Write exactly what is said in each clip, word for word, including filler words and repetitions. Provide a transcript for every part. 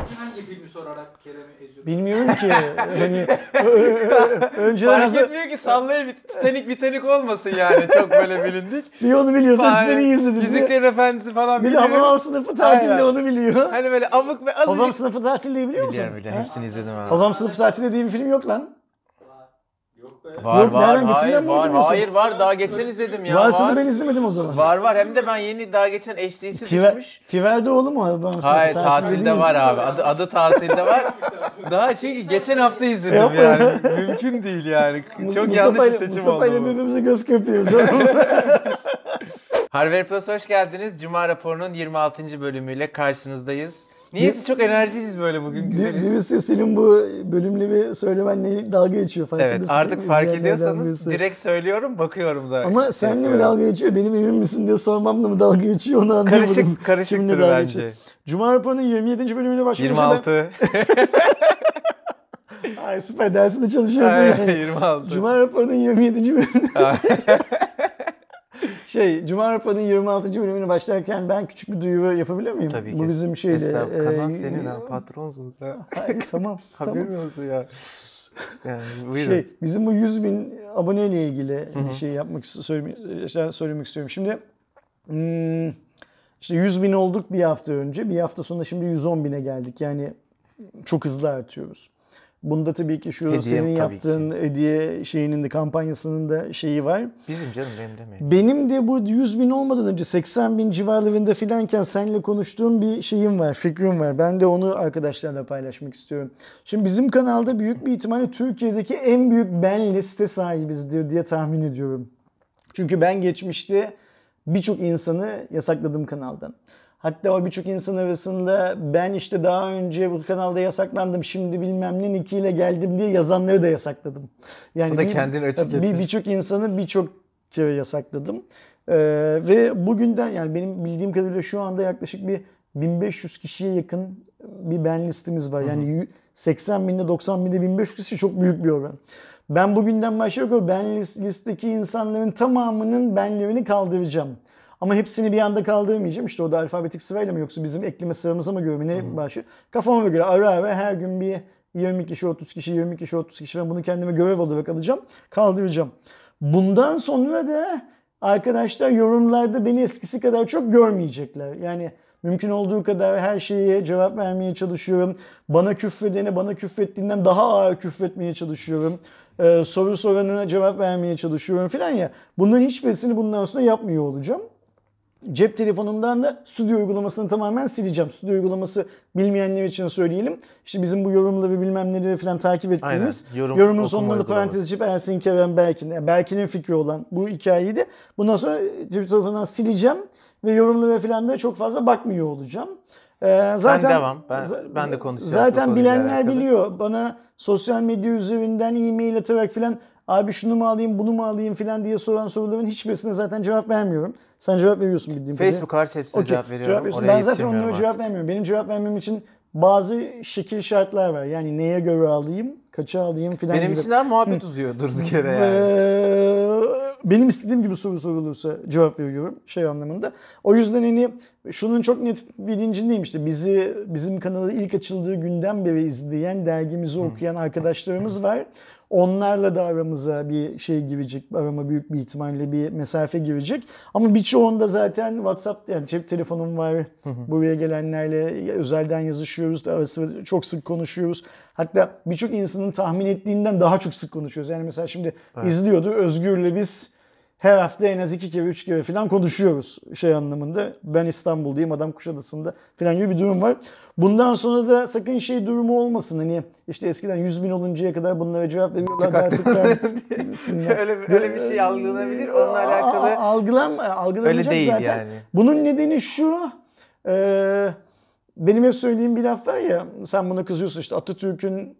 Hangi filmi sorarak Kerem'i eziyorsun? Bilmiyorum ki. Hani önceden Fark hazır... etmiyor ki sallayıp Titanic Titanic olmasın yani çok böyle bilindik. Bir onu biliyorsan Aynen. Titanic'i izledin. Yüzüklerin Efendisi falan Bir de biliyorum. Hababam sınıfı tatilde Aynen. onu biliyor. Hani böyle abuk ve azıcık. Hababam sınıfı tatilde biliyor musun? Biliyorum biliyorum. Ha? Hepsini izledim abi. Hababam sınıfı tatilde diye bir film yok lan. Yok be. Var Yok, var nereden hayır götünden mi var uyduruyorsun? hayır var daha geçen izledim ya. Varsa da var. ben izlemedim o zaman. Var var hem de ben yeni daha geçen H D'si Fiver, düşmüş. Fiver'de oğlu mu Hababam sınıfı Hayır tatilde tatilde değil var mi? abi. Adı, adı tatilde var. Daha çünkü geçen hafta izledim Yapma. yani. Mümkün değil yani. Çok Mustafa yanlış bir ile- seçim Mustafa ile oldu bu. birbirimize göz kırpıyoruz oğlum. Harvard Plus hoş geldiniz. Cuma raporunun yirmi altıncı bölümüyle karşınızdayız. Niyeyse çok enerjiyiz böyle bugün, güzeliz. Birisi senin bu bölümleri söylemenle dalga geçiyor. Evet farkındasın artık değil mi? fark İzleyenlerden ediyorsanız birisi. direkt söylüyorum bakıyorum zaten. Ama seninle mi dalga geçiyor, benim emin misin diye sormamla mı dalga geçiyor onu anlayamadım. Karışık, Kiminle karışıktır dalga bence. geçiyor? Cuma raporunun yirmi yedinci bölümüne başlayınca yirmi altı. ben... Ay süper, dersinde çalışıyorsun Aynen, yani. yirmi altı. Cuma raporunun yirmi yedinci bölümüne... Şey, Cuma raporunun yirmi altıncı bölümüne başlarken ben küçük bir duyuru yapabilir miyim? Tabii ki. Bu bizim şeyle... Estağfurullah. Kanal e, senin ha, patronsun sen. Ay, tamam, tamam. Haberin olsun ya. Yani, buyurun. Şey, bizim bu yüz bin aboneyle ilgili bir şey yapmak söylemek, söylemek istiyorum. Şimdi hmm, işte yüz bin olduk bir hafta önce. Bir hafta sonra şimdi yüz on bine geldik. Yani çok hızlı artıyoruz. Bunda tabii ki şu Hediye, senin tabii yaptığın ki. hediye şeyinin de kampanyasının da şeyi var. Bizim canım benim demeyin. Benim de bu yüz bin olmadan önce seksen bin civarlarında filanken seninle konuştuğum bir şeyim var, fikrim var. Ben de onu arkadaşlarla paylaşmak istiyorum. Şimdi bizim kanalda büyük bir ihtimalle Türkiye'deki en büyük ben liste sahibizdir diye tahmin ediyorum. Çünkü ben geçmişte birçok insanı yasakladım kanaldan. Hatta o birçok insan arasında ben işte daha önce bu kanalda yasaklandım, şimdi bilmem ne nikiyle geldim diye yazanları da yasakladım. Yani Bu da kendini açık bir, etmiş. Birçok insanı birçok kere yasakladım. Ee, ve bugünden yani benim bildiğim kadarıyla şu anda yaklaşık bir bin beş yüz kişiye yakın bir ben listemiz var. Yani seksen binde doksan binde bin beş yüz kişi çok büyük bir oran. Ben bugünden başlayarak ben listedeki insanların tamamının benlerini kaldıracağım. Ama hepsini bir anda kaldırmayacağım. İşte o da alfabetik sırayla mı yoksa bizim ekleme sıramıza mı göre ne başlıyor? Kafama göre ara ara her gün bir yirmi kişi, otuz kişi, yirmi kişi, otuz kişi falan bunu kendime görev olarak alacağım. Kaldıracağım. Bundan sonra da arkadaşlar yorumlarda beni eskisi kadar çok görmeyecekler. Yani mümkün olduğu kadar her şeye cevap vermeye çalışıyorum. Bana küfredene bana küfrettiğinden daha ağır küfretmeye çalışıyorum. Ee, soru soranına cevap vermeye çalışıyorum falan ya. Bunların hiçbirisini bundan sonra yapmıyor olacağım. Cep telefonumdan da stüdyo uygulamasını tamamen sileceğim. Stüdyo uygulaması bilmeyenler için söyleyelim. İşte bizim bu yorumları bilmem neleri falan takip ettiğimiz Yorum, yorumun sonunda da parantez açıp Ersin, Kerem, Berkin, yani Berkin'in fikri olan bu hikayeyi de bundan sonra cep telefonundan sileceğim ve yorumlara falan da çok fazla bakmıyor olacağım. Ee, zaten ben devam. Ben, ben de konuşacağım. Zaten bilenler biliyor. Bana sosyal medya üzerinden e-mail atarak falan abi şunu mu alayım, bunu mu alayım falan diye soran soruların hiçbirisine zaten cevap vermiyorum. Sen cevap veriyorsun bildiğim kadarıyla. Facebook hariç hepsine okay, cevap veriyorum. Cevap Oraya ben zaten onlara yetişemiyorum cevap artık. vermiyorum. Benim cevap vermem için bazı şekil şartlar var. Yani neye göre alayım, kaça alayım falan Benim gibi. için daha muhabbet uzuyor durduk yere yani. Ee, benim istediğim gibi soru sorulursa cevap veriyorum şey anlamında. O yüzden hani şunun çok net bilincindeyim işte bizi bizim kanalı ilk açıldığı günden beri izleyen, dergimizi okuyan arkadaşlarımız var. Onlarla da aramıza bir şey girecek, arama büyük bir ihtimalle bir mesafe girecek. Ama birçoğunda zaten WhatsApp, yani cep telefonum var. Hı hı. Buraya gelenlerle özelden yazışıyoruz, arası çok sık konuşuyoruz. Hatta birçok insanın tahmin ettiğinden daha çok sık konuşuyoruz. Yani mesela şimdi evet. izliyordu Özgür'le biz her hafta en az iki kere, üç kere falan konuşuyoruz şey anlamında. Ben İstanbul'dayım, adam Kuşadası'nda falan gibi bir durum var. Bundan sonra da sakın şey durumu olmasın. Hani işte eskiden yüz bin oluncaya kadar bunlara cevap veriyorlar. Artık öyle, öyle bir şey algılanabilir. Onunla alakalı Algılan, algılanacak öyle değil zaten. Yani. Bunun nedeni şu. E, benim hep söylediğim bir laf var ya. Sen buna kızıyorsun işte Atatürk'ün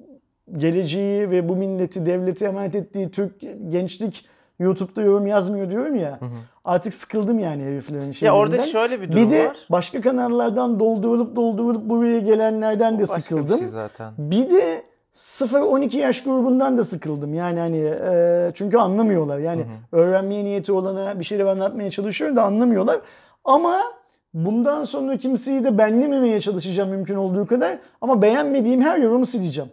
geleceği ve bu milleti, devleti emanet ettiği Türk gençlik YouTube'da yorum yazmıyor diyorum ya. Hı hı. Artık sıkıldım yani heriflerin şeylerinden. Ya orada şöyle bir durum var. Bir de var. Başka kanallardan doldurulup doldurulup buraya gelenlerden de o sıkıldım. Bir, şey zaten. bir de sıfır on iki yaş grubundan da sıkıldım. Yani hani e, çünkü anlamıyorlar. Yani hı hı. öğrenmeye niyeti olana bir şeyler anlatmaya çalışıyorum da anlamıyorlar. Ama Bundan sonra kimseyi de benlememeye çalışacağım mümkün olduğu kadar. Ama beğenmediğim her yorumu sileceğim.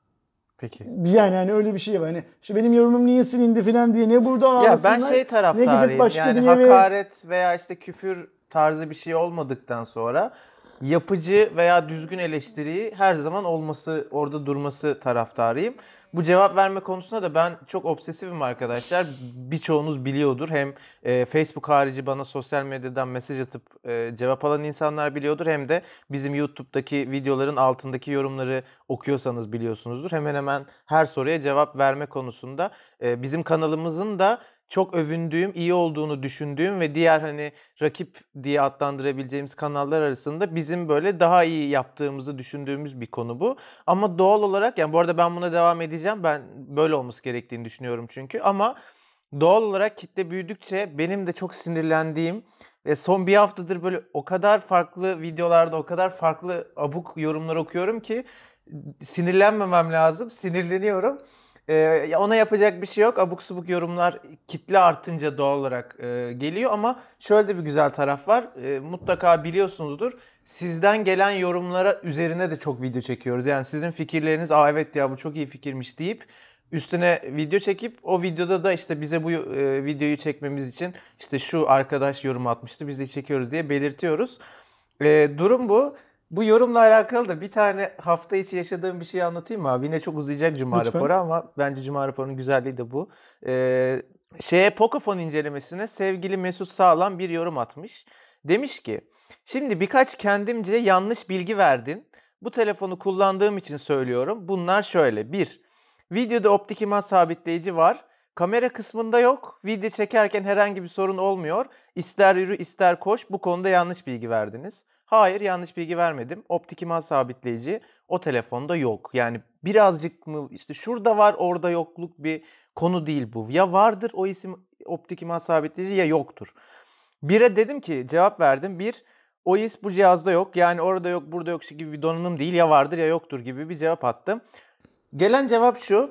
Peki. Yani hani öyle bir şey var. Hani işte benim yorumum niye silindi falan diye ne burada Ya ağlasınlar, ben şey ne gidip taraftarıyım. başka Yani bir yere... hakaret veya işte küfür tarzı bir şey olmadıktan sonra yapıcı veya düzgün eleştiriyi her zaman olması, orada durması taraftarıyım. Bu cevap verme konusunda da ben çok obsesifim arkadaşlar. Birçoğunuz biliyordur. Hem e, Facebook harici bana sosyal medyadan mesaj atıp e, cevap alan insanlar biliyordur. Hem de bizim YouTube'daki videoların altındaki yorumları okuyorsanız biliyorsunuzdur. Hemen hemen her soruya cevap verme konusunda e, bizim kanalımızın da çok övündüğüm, iyi olduğunu düşündüğüm ve diğer hani rakip diye adlandırabileceğimiz kanallar arasında bizim böyle daha iyi yaptığımızı düşündüğümüz bir konu bu. Ama doğal olarak, yani bu arada ben buna devam edeceğim. Ben böyle olması gerektiğini düşünüyorum çünkü. Ama doğal olarak kitle büyüdükçe benim de çok sinirlendiğim ve son bir haftadır böyle o kadar farklı videolarda o kadar farklı abuk yorumlar okuyorum ki sinirlenmemem lazım. Sinirleniyorum. Ee, ona yapacak bir şey yok. Abuk subuk yorumlar kitle artınca doğal olarak e, geliyor ama şöyle de bir güzel taraf var. E, mutlaka biliyorsunuzdur. Sizden gelen yorumlara üzerine de çok video çekiyoruz. Yani sizin fikirleriniz, aa evet ya bu çok iyi fikirmiş deyip üstüne video çekip o videoda da işte bize bu e, videoyu çekmemiz için işte şu arkadaş yorum atmıştı biz de çekiyoruz diye belirtiyoruz. E, durum bu. Bu yorumla alakalı da bir tane hafta içi yaşadığım bir şey anlatayım mı abi? Yine çok uzayacak Cuma Lütfen. raporu ama bence Cuma raporunun güzelliği de bu. Ee, şeye Pocophone incelemesine sevgili Mesut Sağlam bir yorum atmış. Demiş ki, şimdi birkaç kendimce yanlış bilgi verdin. Bu telefonu kullandığım için söylüyorum. Bunlar şöyle. bir. Videoda optik imaj sabitleyici var. Kamera kısmında yok. Video çekerken herhangi bir sorun olmuyor. İster yürü ister koş. Bu konuda yanlış bilgi verdiniz. Hayır, yanlış bilgi vermedim. Optik imaj sabitleyici o telefonda yok. Yani birazcık mı işte şurada var orada yokluk bir konu değil bu. Ya vardır o isim optik imaj sabitleyici ya yoktur. Bire dedim ki cevap verdim. Bir, o is bu cihazda yok. Yani orada yok burada yok gibi bir donanım değil. Ya vardır ya yoktur gibi bir cevap attım. Gelen cevap şu.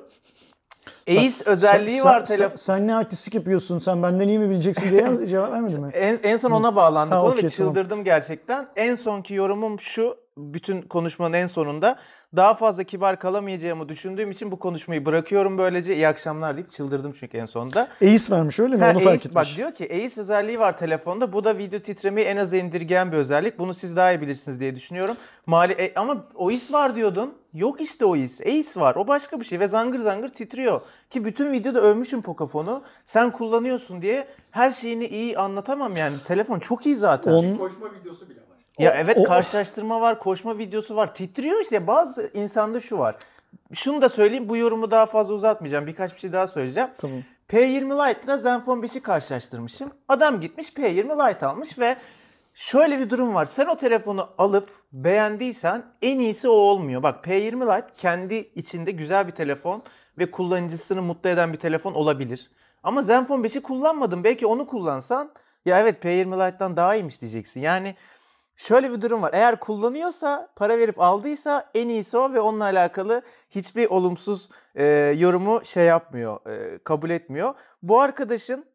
Ace özelliği sen, var sen, telefon. sen ne artistlik yapıyorsun, sen benden iyi mi bileceksin diye yaz- cevap vermedi mi? En, en son ona bağlandık Ha, konu okey, ve çıldırdım tamam. gerçekten. En sonki yorumum şu, bütün konuşmanın en sonunda. Daha fazla kibar kalamayacağımı düşündüğüm için bu konuşmayı bırakıyorum böylece. İyi akşamlar deyip çıldırdım çünkü en sonunda. Ace vermiş öyle mi? Ha, Onu fark Ace, bak etmiş. diyor ki Ace özelliği var telefonda. Bu da video titremeyi en aza indirgeyen bir özellik. Bunu siz daha iyi bilirsiniz diye düşünüyorum. Mali e, ama O I S var diyordun. Yok işte O I S. Ace var. O başka bir şey ve zangır zangır titriyor. Ki bütün videoda övmüşüm Pocophone'u. Sen kullanıyorsun diye her şeyini iyi anlatamam yani. Telefon çok iyi zaten. On, Koşma videosu bile var. Ya O- evet o- karşılaştırma var, koşma videosu var. Titriyor işte. Bazı insanda şu var. Şunu da söyleyeyim, bu yorumu daha fazla uzatmayacağım. Birkaç bir şey daha söyleyeceğim. tamam. P yirmi Lite ile Zenfone beşi karşılaştırmışım. Adam gitmiş P yirmi Lite almış ve şöyle bir durum var. Sen o telefonu alıp beğendiysen en iyisi o olmuyor. Bak P yirmi Lite kendi içinde güzel bir telefon ve kullanıcısını mutlu eden bir telefon olabilir. Ama Zenfone beşi kullanmadım. Belki onu kullansan ya evet P yirmi Lite'dan daha iyiymiş diyeceksin. Yani şöyle bir durum var. Eğer kullanıyorsa, para verip aldıysa en iyisi o ve onunla alakalı hiçbir olumsuz e, yorumu şey yapmıyor, e, kabul etmiyor. Bu arkadaşın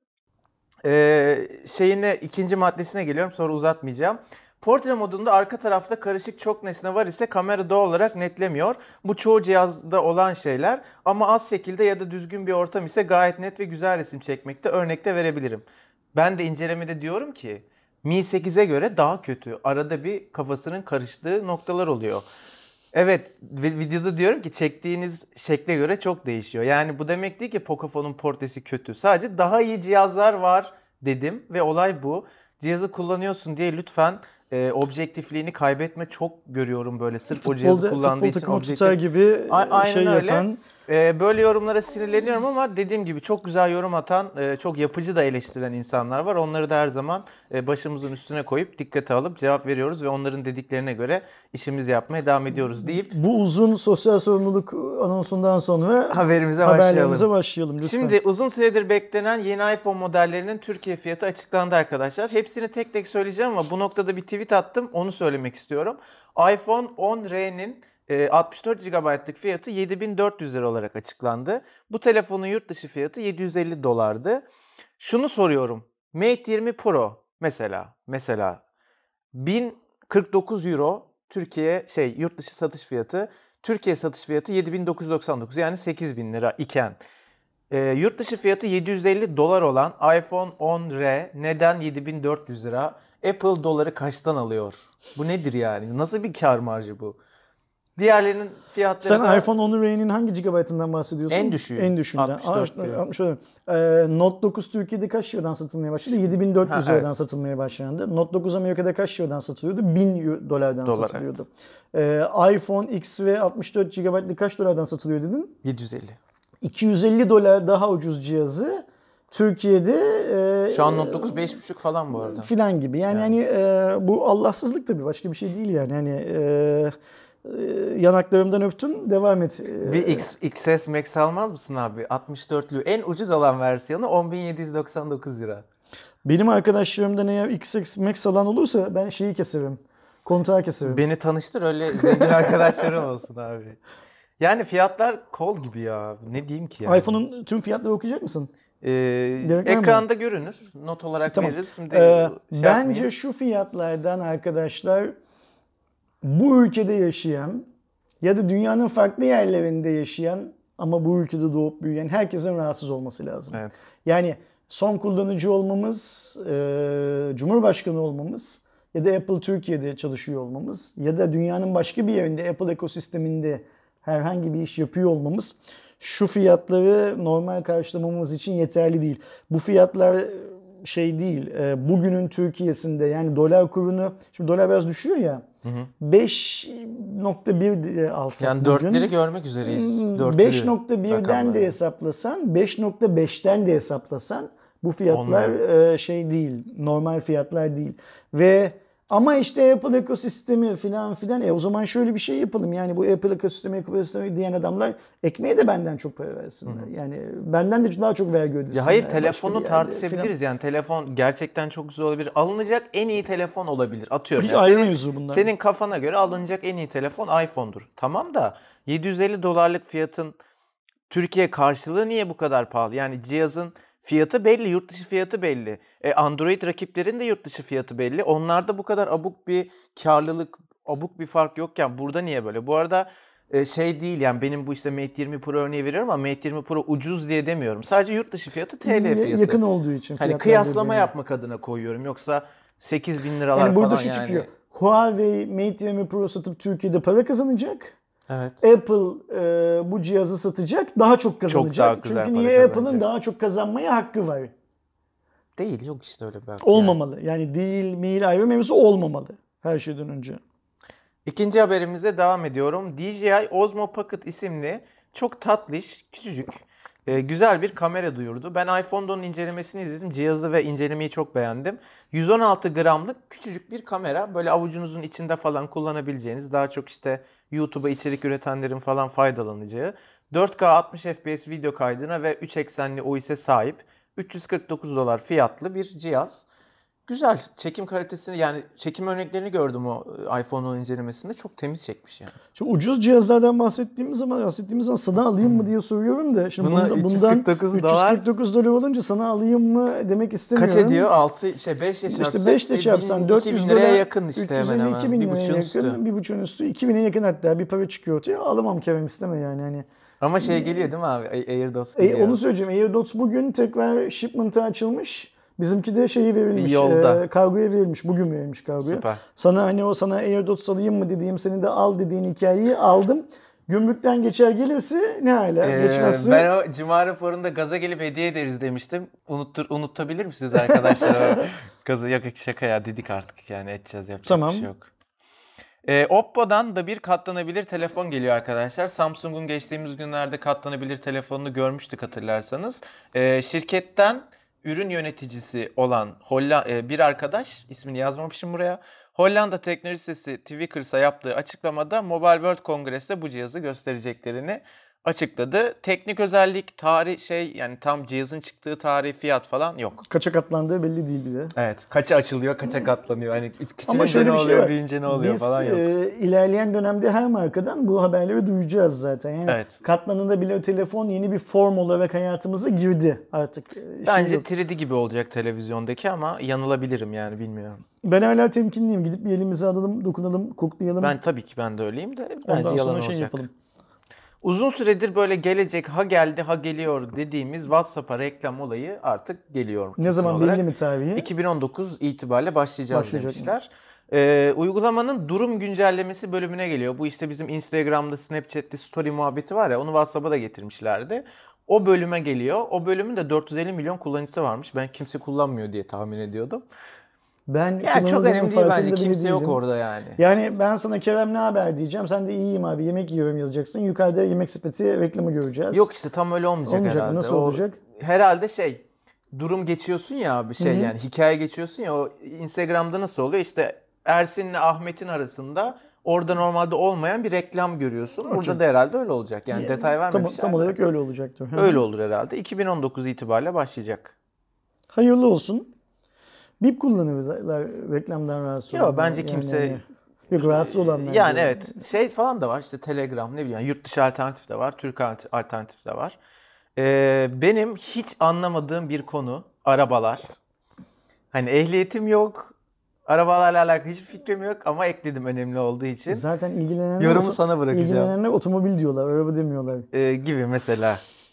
e, şeyine ikinci maddesine geliyorum sonra uzatmayacağım. Portre modunda arka tarafta karışık çok nesne var ise kamera doğal olarak netlemiyor. Bu çoğu cihazda olan şeyler ama az şekilde ya da düzgün bir ortam ise gayet net ve güzel resim çekmekte örnekte verebilirim. Ben de incelemede diyorum ki Mi sekize göre daha kötü. Arada bir kafasının karıştığı noktalar oluyor. Evet, videoda diyorum ki çektiğiniz şekle göre çok değişiyor. Yani bu demek değil ki Pocophone'un portresi kötü. Sadece daha iyi cihazlar var dedim ve olay bu. Cihazı kullanıyorsun diye lütfen e, objektifliğini kaybetme. Çok görüyorum böyle sırf o cihazı Futbolda, kullandığı futbol için takımı objektif. tutar gibi A- aynen şey öyle. yapan. Ee, böyle yorumlara sinirleniyorum ama dediğim gibi çok güzel yorum atan, e, çok yapıcı da eleştiren insanlar var. Onları da her zaman e, başımızın üstüne koyup dikkate alıp cevap veriyoruz ve onların dediklerine göre işimizi yapmaya devam ediyoruz deyip Bu uzun sosyal sorumluluk anonsundan sonra haberimize haberlerimize başlayalım. başlayalım lütfen. Şimdi uzun süredir beklenen yeni iPhone modellerinin Türkiye fiyatı açıklandı arkadaşlar. Hepsini tek tek söyleyeceğim ama bu noktada bir tweet attım. Onu söylemek istiyorum. iPhone on R'nin altmış dört gigabaytlık fiyatı yedi bin dört yüz lira olarak açıklandı. Bu telefonun yurt dışı fiyatı yedi yüz elli dolardı. Şunu soruyorum. Mate yirmi Pro mesela, mesela bin kırk dokuz euro Türkiye şey yurt dışı satış fiyatı. Türkiye satış fiyatı yedi bin dokuz yüz doksan dokuz yani sekiz bin lira iken e, yurt dışı fiyatı yedi yüz elli dolar olan iPhone on R neden yedi bin dört yüz lira? Apple doları kaçtan alıyor? Bu nedir yani? Nasıl bir kar marjı bu? Diğerlerinin fiyatları Sen da iPhone on R'nin hangi gigabaytından bahsediyorsun? En düşüğü. En düşüğünden. altmış dört Aa, diyor. altmış dört. Ee, Note dokuz Türkiye'de kaç liradan satılmaya başladı? yedi bin dört yüz Ha, liradan evet. satılmaya başlandı. Note dokuz Amerika'da kaç liradan satılıyordu? bin dolardan Dolar, satılıyordu. Ee, iPhone X ve altmış dört gigabaytlık kaç dolardan satılıyor dedin? yedi yüz elli. iki yüz elli dolar daha ucuz cihazı Türkiye'de e, Şu an Note dokuz beş buçuk falan bu arada. filan gibi. Yani, Yani. hani e, bu Allahsızlık tabii, başka bir şey değil yani. Hani e, e, yanaklarımdan öptün, devam et. E, Bir X, X S Max almaz mısın abi? altmış dörtlü en ucuz olan versiyonu on bin yedi yüz doksan dokuz lira. Benim arkadaşlarımdan eğer X S Max alan olursa ben şeyi keserim. Kontağı keserim. Beni tanıştır, öyle zengin arkadaşlarım olsun abi. Yani fiyatlar kol gibi ya. Ne diyeyim ki yani. iPhone'un tüm fiyatları okuyacak mısın? Ee, Gerek var mı? ekranda görünür. Not olarak Tamam. veririz. Şimdi Ee, şey bence yapmayayım. şu fiyatlardan arkadaşlar bu ülkede yaşayan ya da dünyanın farklı yerlerinde yaşayan ama bu ülkede doğup büyüyen herkesin rahatsız olması lazım. Evet. Yani son kullanıcı olmamız, e, Cumhurbaşkanı olmamız ya da Apple Türkiye'de çalışıyor olmamız ya da dünyanın başka bir yerinde Apple ekosisteminde herhangi bir iş yapıyor olmamız şu fiyatları normal karşılamamız için yeterli değil. Bu fiyatlar şey değil, e, bugünün Türkiye'sinde yani dolar kurunu, şimdi dolar biraz düşüyor ya, Hı hı. beş nokta bir alsak Yani bugün. dörtleri görmek üzereyiz. Hmm, Dörtlü beş nokta birden rakamları. de hesaplasan, beş nokta beşten de hesaplasan bu fiyatlar e, şey değil, normal fiyatlar değil. Ve ama işte Apple ekosistemi filan filan, e o zaman şöyle bir şey yapalım. Yani bu Apple ekosistemi, ekosistemi diyen adamlar ekmeğe de benden çok para versinler. Yani benden de daha çok vergi ödesinler. Ya hayır, başka bir telefonu yerde tartışabiliriz filan. yani. Telefon gerçekten çok güzel olabilir. Alınacak en iyi telefon olabilir. Atıyorum. Hiç ya ayrı senin, mevzu bunlar. senin kafana göre alınacak en iyi telefon iPhone'dur. Tamam da yedi yüz elli dolarlık fiyatın Türkiye karşılığı niye bu kadar pahalı? Yani cihazın fiyatı belli, yurt dışı fiyatı belli. E Android rakiplerin de yurt dışı fiyatı belli. Onlarda bu kadar abuk bir karlılık, abuk bir fark yokken burada niye böyle? Bu arada e, şey değil yani, benim bu işte Mate yirmi Pro örneği veriyorum ama Mate yirmi Pro ucuz diye demiyorum. Sadece yurt dışı fiyatı T L Ya- fiyatı. Yakın olduğu için. Hani fiyatlar kıyaslama birbirine. yapmak adına koyuyorum. Yoksa sekiz bin liralar Yani burada falan şu yani. çıkıyor. Huawei Mate yirmi Pro satıp Türkiye'de para kazanacak. Evet. Apple e, bu cihazı satacak, daha çok kazanacak. daha güzel Çünkü para niye? Apple'ın kazanacak. daha çok kazanmaya hakkı var. Değil, yok işte öyle bir hak Olmamalı. Yani değil, mail ayrı mevzusu olmamalı her şeyden önce. İkinci haberimize devam ediyorum. D J I Osmo Pocket isimli çok tatlış, küçücük, e, güzel bir kamera duyurdu. Ben iPhone'da onun incelemesini izledim. Cihazı ve incelemeyi çok beğendim. yüz on altı gramlık küçücük bir kamera. Böyle avucunuzun içinde falan kullanabileceğiniz, daha çok işte YouTube'a içerik üretenlerin falan faydalanacağı, dört K altmış F P S video kaydına ve üç eksenli O İS'e sahip üç yüz kırk dokuz dolar fiyatlı bir cihaz. Güzel. Çekim kalitesini, yani çekim örneklerini gördüm o iPhone'un incelemesinde. Çok temiz çekmiş yani. Şimdi ucuz cihazlardan bahsettiğimiz zaman bahsettiğimiz zaman sana alayım mı diye soruyorum da şimdi Buna bunda, üç yüz bundan kırk dokuz üç yüz dolar. kırk dokuz dolar olunca sana alayım mı demek istemiyorum. Kaç ediyor? altı şey beş ile çarpsan. İşte beş ile çarpsan dört yüz liraya dolar, yakın işte üç yüz hemen elli hemen. iki bin Bir liraya buçuğun yakın, üstü. bir buçuğun üstü, iki bine yakın hatta bir para çıkıyor ortaya. Alamam Kerem, isteme yani hani. Ama şey geliyor değil mi abi? AirDots E, geliyor. onu söyleyeceğim. AirDots bugün tekrar shipment'a açılmış. Bizimki de şeyi verilmiş. Yolda. E, kargoya verilmiş. Bugün verilmiş kargoya. Süper. Sana hani o sana AirDots alayım mı dediğim, seni de al dediğin hikayeyi aldım. Gümrükten geçer gelirse ne hala? Ee, Geçmezse. Ben o cuma raporunda gaza gelip hediye ederiz demiştim. Unuttur, unutabilir misiniz arkadaşlar? O gazı yok, şaka ya, dedik artık yani, edeceğiz, yapacak Tamam. bir şey yok. Ee, Oppo'dan da bir katlanabilir telefon geliyor arkadaşlar. Samsung'un geçtiğimiz günlerde katlanabilir telefonunu görmüştük hatırlarsanız. Ee, şirketten ürün yöneticisi olan Holla- bir arkadaş, ismini yazmamışım buraya, Hollanda teknoloji sitesi Twickers'a yaptığı açıklamada Mobile World Congress'te bu cihazı göstereceklerini açıkladı. Teknik özellik, tarih şey yani tam cihazın çıktığı tarih, fiyat falan yok. Kaça katlandığı belli değil bir de. Evet. Kaça açılıyor, kaça katlanıyor. Hani Ama küçülünce şöyle ne bir şey oluyor, var. büyüyünce ne oluyor Biz falan yok. e, ilerleyen dönemde her markadan bu haberleri duyacağız zaten. Yani Evet. katlanında bile telefon yeni bir form olarak hayatımıza girdi artık. E, şey Bence yok. üç D gibi olacak televizyondaki ama yanılabilirim yani bilmiyorum. Ben hala temkinliyim. Gidip bir elimize alalım, dokunalım, koklayalım. Ben tabii ki ben de öyleyim de bence Ondan yalan sonra şey olacak. yapalım. Uzun süredir böyle gelecek, ha geldi ha geliyor dediğimiz WhatsApp'a reklam olayı artık geliyor. Ne kesin zaman olarak. belli mi tarihi? iki bin on dokuz itibariyle başlayacağız Başlayacak demişler. Ee, uygulamanın durum güncellemesi bölümüne geliyor. Bu işte bizim Instagram'da, Snapchat'te story muhabbeti var ya, onu WhatsApp'a da getirmişlerdi. O bölüme geliyor. O bölümün de dört yüz elli milyon kullanıcısı varmış. Ben kimse kullanmıyor diye tahmin ediyordum. Ben Yani çok kullanıldığının önemli değil bence. farkında bile Kimse yok değilim. orada yani. Yani ben sana Kerem ne haber diyeceğim. Sen de iyiyim abi yemek yiyorum yazacaksın. Yukarıda yemek sepeti reklamı göreceğiz. Yok işte tam öyle olmayacak, Olmayacak mı? herhalde. Nasıl O- olacak? Herhalde şey, durum geçiyorsun ya bir şey, Hı hı. yani hikaye geçiyorsun ya, o Instagram'da nasıl oluyor işte Ersin'le Ahmet'in arasında orada normalde olmayan bir reklam görüyorsun. Okey. Burada da herhalde öyle olacak. Yani detay tam, vermemişler. tam de. olarak öyle olacaktır. Hı hı. Öyle olur herhalde. iki bin on dokuz itibariyle başlayacak. Hayırlı olsun. Bip kullanıyorlar reklamdan rahatsız Yok, olanlar. bence Yani kimse- hani- Yok rahatsız olanlar. Yani diyor. evet, şey falan da var işte Telegram, ne bileyim, yurt dışı alternatif de var, Türk alter- alternatif de var. Ee, benim hiç anlamadığım bir konu arabalar. Hani ehliyetim yok. Arabalarla alakalı hiçbir fikrim yok ama ekledim önemli olduğu için. Zaten ilgilenenler, Yorumu oto- sana bırakacağım. ilgilenenler otomobil diyorlar, araba demiyorlar. Ee, gibi mesela.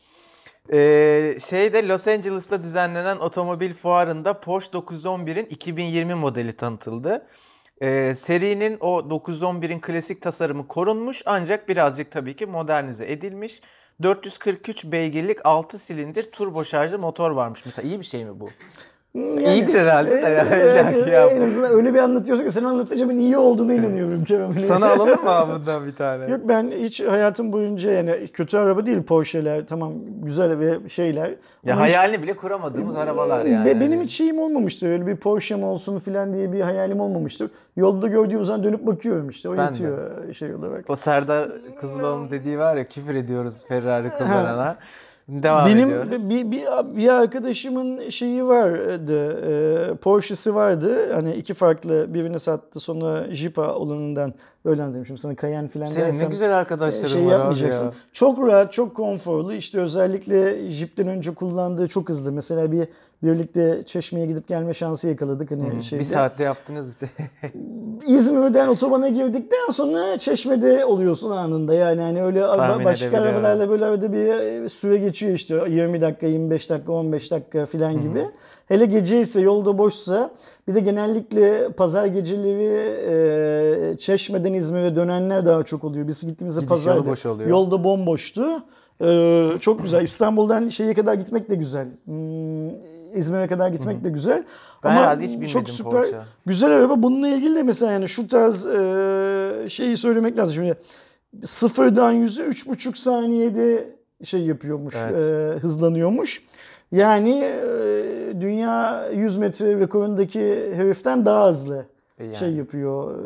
Ee, şeyde Los Angeles'ta düzenlenen otomobil fuarında Porsche dokuz yüz on birin iki bin yirmi modeli tanıtıldı. Ee, serinin o dokuz yüz on birin klasik tasarımı korunmuş ancak birazcık tabii ki modernize edilmiş. dört yüz kırk üç beygirlik altı silindir turbo şarjlı motor varmış. Mesela iyi bir şey mi bu? Yani, İyidir herhalde de ya, e, illa ki e, ya. En azından öyle bir anlatıyorsun ki sen anlatınca ben iyi olduğuna inanıyorum Kerem. Hani- Sana alalım mı abi bundan bir tane? Yok ben hiç hayatım boyunca yani kötü araba değil Porsche'ler tamam güzel ve şeyler. Ya Ama hiç- hayalini bile kuramadığımız arabalar yani. Be- Benim hiç şeyim olmamıştır. Öyle bir Porsche'm olsun falan diye bir hayalim olmamıştır. Yolda gördüğüm zaman dönüp bakıyorum işte. O Ben de. yetiyor şey olarak. O Serdar Kızıloğlu'nun dediği var ya, küfür ediyoruz Ferrari kullanana. Devam Benim ediyoruz. bir, bir, bir arkadaşımın şeyi vardı, e, Porsche'si vardı. Hani iki farklı birini sattı sonra Jeep olanından öyle anladım. Şimdi sana Cayenne falan Senin ne dersem güzel arkadaşların şey var yapmayacaksın. abi ya. Çok rahat, çok konforlu. İşte özellikle Jeep'ten önce kullandığı çok hızlı. Mesela bir birlikte Çeşme'ye gidip gelme şansı yakaladık. Hani Hı, şeyde. bir saatte yaptınız bir şey. İzmir'den otobana girdikten sonra Çeşme'de oluyorsun anında. Yani hani öyle araba- Tahmin başka edebiliyorum. arabalarla böyle arada bir e, süre geçiyor işte yirmi dakika, yirmi beş dakika, on beş dakika falan gibi. Hele gece ise yolda boşsa bir de genellikle pazar geceleri e, Çeşme'den İzmir'e dönenler daha çok oluyor. Biz gittiğimizde Gidiş yolu pazarda boş oluyor. yolda bomboştu. E, çok güzel. İstanbul'dan şeye kadar gitmek de güzel. Hmm, İzmir'e kadar gitmek de güzel. Ben Ama herhalde hiç bilmedim çok süper. Porsche. Güzel araba. Bununla ilgili de mesela yani şu tarz e, şeyi söylemek lazım. Şimdi sıfırdan yüze üç buçuk saniyede şey yapıyormuş, Evet. e, hızlanıyormuş. Yani e, dünya yüz metre rekorundaki heriften daha hızlı E yani. şey yapıyor,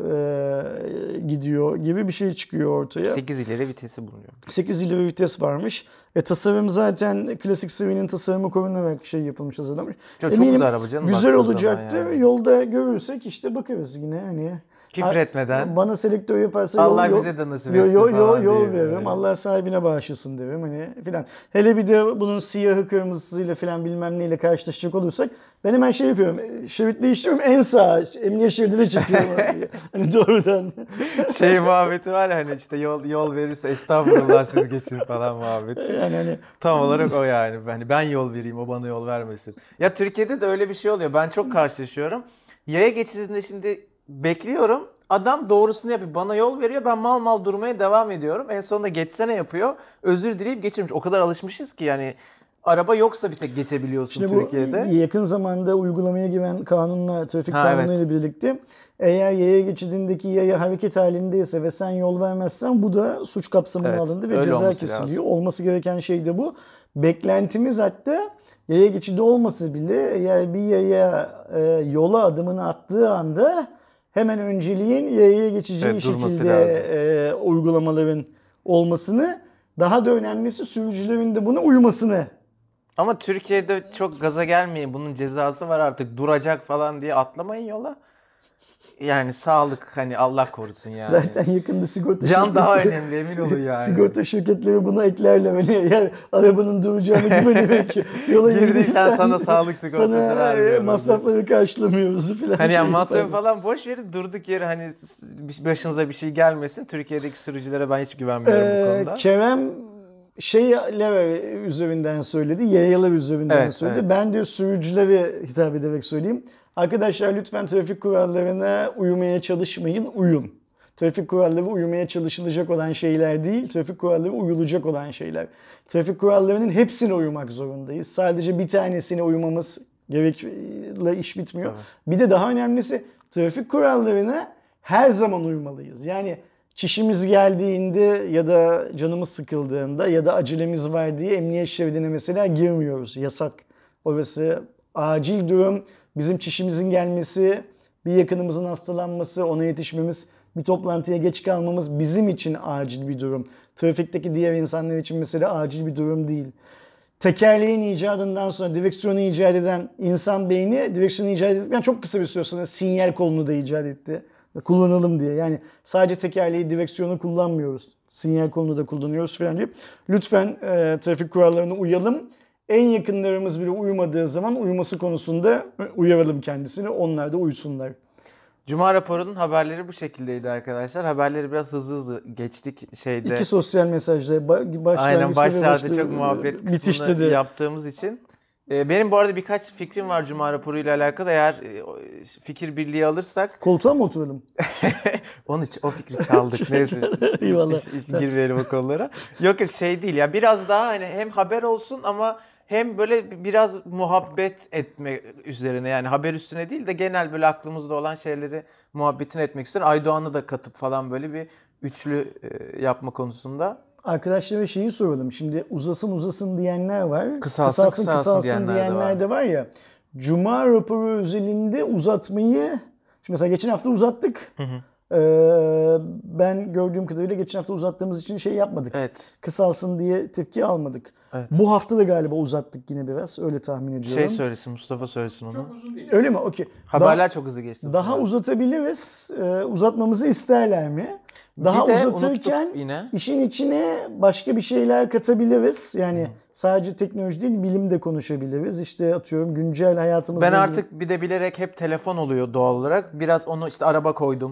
e, gidiyor gibi bir şey çıkıyor ortaya. sekiz ileri vitesi bulunuyor. sekiz ileri vites varmış. E, tasarım zaten klasik serinin tasarımı korunarak şey yapılmış, hazırlanmış. Çok, çok Eminim güzel araba canım. güzel baktığın olacaktır. zaman yani. Yolda görürsek işte bakarız yine hani. Küfür etmeden. Bana selektör yaparsa Allah yol, bize de nasip yol, etsin yol, yol, falan yol diye veririm. böyle. Allah sahibine bağışlasın derim hani filan. Hele bir de bunun siyahı kırmızısıyla filan bilmem neyle karşılaşacak olursak ben hemen şey yapıyorum. Şerit değiştiriyorum en sağa emniyet şeridine çekiyorum. Hani doğrudan. Şey muhabbeti var ya, hani işte yol yol verirse estağfurullah siz geçin falan muhabbeti. Yani hani Tam olarak o yani. Hani ben yol vereyim, o bana yol vermesin. Ya Türkiye'de de öyle bir şey oluyor. Ben çok karşılaşıyorum. Yaya geçidinde şimdi bekliyorum. Adam doğrusunu yapıyor. Bana yol veriyor. Ben mal mal durmaya devam ediyorum. En sonunda geçsene yapıyor. Özür dileyip geçirmiş. O kadar alışmışız ki yani araba yoksa bir tek geçebiliyorsun Şimdi bu Türkiye'de. yakın zamanda uygulamaya giren kanunla, trafik Ha, kanunuyla evet. birlikte eğer yaya geçidindeki yaya hareket halindeyse ve sen yol vermezsen bu da suç kapsamına Evet, alındı ve öyle ceza olması kesiliyor. lazım. Olması gereken şey de bu. Beklentimiz hatta yaya geçidi olmasa bile eğer bir yaya e, yola adımını attığı anda hemen önceliğin yayaya geçeceği Evet, durması şekilde lazım. e, uygulamaların olmasını Daha da önemlisi sürücülerin de buna uymasını. Ama Türkiye'de çok gaza gelmeyin. Bunun cezası var artık. Duracak falan diye atlamayın yola. Yani sağlık hani Allah korusun yani. Zaten yakında sigorta Can daha şirketleri- önemli emin olun yani. Sigorta şirketleri bunu eklerler. Hani yani arabanın duracağına güveniyor ki. Yola Girdiysen girdiysen sana sağlık sigortası sana e, vermiyoruz. masrafları karşılamıyoruz falan. Hani yani şey masrafı yaparlar. falan boş verin, durduk yere hani başınıza bir şey gelmesin. Türkiye'deki sürücülere ben hiç güvenmiyorum bu Ee, konuda. Kerem şeyler üzerinden söyledi, yayalar üzerinden Evet, söyledi. evet. Ben de sürücülere hitap ederek söyleyeyim. Arkadaşlar lütfen trafik kurallarına uymaya çalışmayın, uyun. Trafik kuralları uymaya çalışılacak olan şeyler değil, trafik kuralları uyulacak olan şeyler. Trafik kurallarının hepsine uymak zorundayız. Sadece bir tanesine uymamız gerekle iş bitmiyor. Tabii. Bir de daha önemlisi trafik kurallarına her zaman uymalıyız. Yani çişimiz geldiğinde ya da canımız sıkıldığında ya da acelemiz var diye emniyet şeridine mesela girmiyoruz. Yasak. Orası acil durum. Bizim çişimizin gelmesi, bir yakınımızın hastalanması, ona yetişmemiz, bir toplantıya geç kalmamız bizim için acil bir durum. Trafikteki diğer insanlar için mesela acil bir durum değil. Tekerleğin icadından sonra direksiyonu icat eden insan beyni direksiyonu icat ettikten çok kısa bir süre sonra sinyal kolunu da icat etti. Kullanalım diye. Yani sadece tekerleği, direksiyonu kullanmıyoruz. Sinyal kolunu da kullanıyoruz falan diye. Lütfen e, trafik kurallarına uyalım. En yakınlarımız bile uymadığı zaman uyuması konusunda uyaralım kendisini. Onlar da uysunlar. Cuma raporunun haberleri bu şekildeydi arkadaşlar. Haberleri biraz hızlı hızlı geçtik şeyde. İki sosyal mesajda ba- başlangıçta Aynen ve başlarda başta- çok muhabbet bitişti kısmını de. yaptığımız için. Ee, Benim bu arada birkaç fikrim var Cuma raporuyla alakalı. Eğer e, o- fikir birliği alırsak Koltuğa mı oturalım? onun için o fikri çaldık. Neyse. Eyvallah. Hiç, hiç girmeyelim o konulara. Yok yok şey değil ya. Biraz daha hani hem haber olsun ama hem böyle biraz muhabbet etme üzerine yani haber üstüne değil de genel böyle aklımızda olan şeyleri muhabbetin etmek üzere Aydoğan'ı da katıp falan böyle bir üçlü e, yapma konusunda. Arkadaşlara şeyi soralım. Şimdi uzasın uzasın diyenler var. Kısalsın, kısalsın diyenler de var. de var ya. Cuma raporu özelinde uzatmayı, şimdi mesela geçen hafta uzattık. Hı hı. Ee, ben gördüğüm kadarıyla geçen hafta uzattığımız için şey yapmadık. Evet. Kısalsın diye tepki almadık. Evet. Bu hafta da galiba uzattık yine biraz. Öyle tahmin ediyorum. Şey söylesin, Mustafa söylesin onu. Çok uzun değil. Öyle mi? Okey. Haberler Daha- çok hızlı geçti. bu Daha sefer. uzatabiliriz. Ee, uzatmamızı isterler mi? Daha Bir de uzatırken unuttuk yine. işin içine başka bir şeyler katabiliriz. Yani sadece teknoloji değil, bilim de konuşabiliriz. İşte atıyorum güncel hayatımızda. Ben ilgili- artık bir de bilerek hep telefon oluyor doğal olarak. Biraz onu işte araba koydum.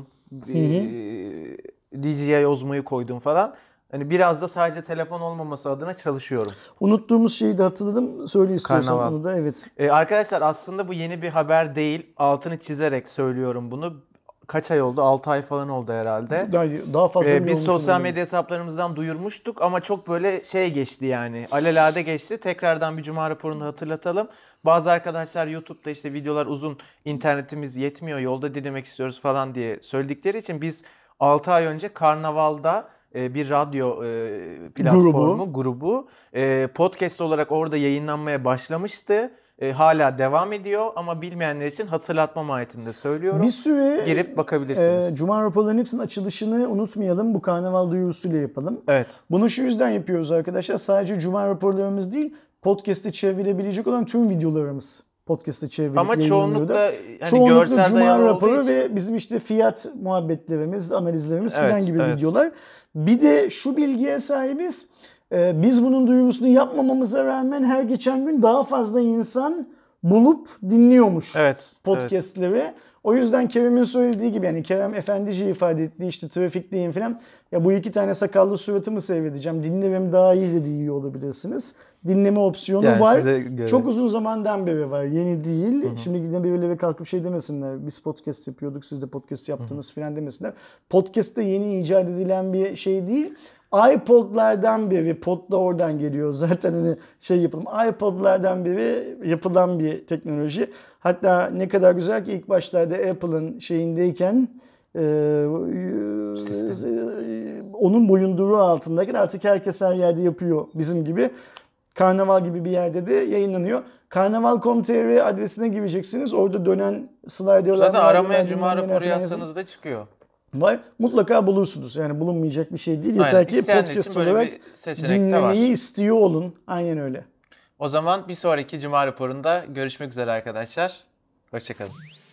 Ee, D J I Osmo'yu koydum falan. Hani biraz da sadece telefon olmaması adına çalışıyorum. Unuttuğumuz şeyi de hatırladım. Söyle istiyorsan Karnaval. onu da. Evet. Ee, arkadaşlar aslında bu yeni bir haber değil. Altını çizerek söylüyorum bunu. Kaç ay oldu? altı ay falan oldu herhalde. Daha, daha fazla Ee, bile biz olmuş sosyal olabilir. medya hesaplarımızdan duyurmuştuk ama çok böyle şey geçti yani. Alelade geçti. Tekrardan bir Cuma raporunu hatırlatalım. Bazı arkadaşlar YouTube'da işte videolar uzun, internetimiz yetmiyor, yolda dinlemek istiyoruz falan diye söyledikleri için biz altı ay önce Karnaval'da e, bir radyo e, platformu, grubu, e, podcast olarak orada yayınlanmaya başlamıştı. E, hala devam ediyor ama bilmeyenler için hatırlatma mahiyetinde söylüyorum. Bir süre Girip bakabilirsiniz. e, Cuma raporlarının hepsinin açılışını unutmayalım. Bu karnaval duyurusuyla yapalım. Evet. Bunu şu yüzden yapıyoruz arkadaşlar. Sadece Cuma raporlarımız değil, podcast'e çevrilebilecek olan tüm videolarımız podcast'e çevrilip Ama yayınlanıyor çoğunlukla da. hani Çoğunlukla görsel Cuma dayalı olduğu raporu için. ve bizim işte fiyat muhabbetlerimiz, analizlerimiz Evet, falan gibi evet. videolar. Bir de şu bilgiye sahibiz. Ee, biz bunun duyurusunu yapmamamıza rağmen her geçen gün daha fazla insan bulup dinliyormuş Evet. evet. podcastleri. O yüzden Kerem'in söylediği gibi, yani Kerem efendice ifade ettiği işte trafikteyim falan. Ya bu iki tane sakallı suratımı seyredeceğim. Dinlemem daha iyi de iyi olabilirsiniz. Dinleme opsiyonu Yani var. size göre. Çok uzun zamandan beri var. Yeni değil. Şimdi yine birileri kalkıp şey demesinler. Biz podcast yapıyorduk, siz de podcast yaptınız falan demesinler. Podcast da yeni icat edilen bir şey değil. iPod'lardan beri, pod da oradan geliyor zaten, hani şey yapalım. iPod'lardan beri yapılan bir teknoloji. Hatta ne kadar güzel ki ilk başlarda Apple'ın şeyindeyken e, onun boyunduruğu altındayken artık herkes her yerde yapıyor bizim gibi. Karnaval gibi bir yerde de yayınlanıyor. karnaval nokta com nokta tr adresine gireceksiniz. Orada dönen slider'lar. Zaten aramaya bilmem Cuma neler raporu falan yazın. yazsanız da çıkıyor. var. Mutlaka bulursunuz. Yani bulunmayacak bir şey değil. Aynen. Yeter ki İsteyenler podcast için böyle olarak bir seçenek de var. dinlemeyi istiyor olun. Aynen öyle. O zaman bir sonraki Cuma raporunda görüşmek üzere arkadaşlar. Hoşçakalın.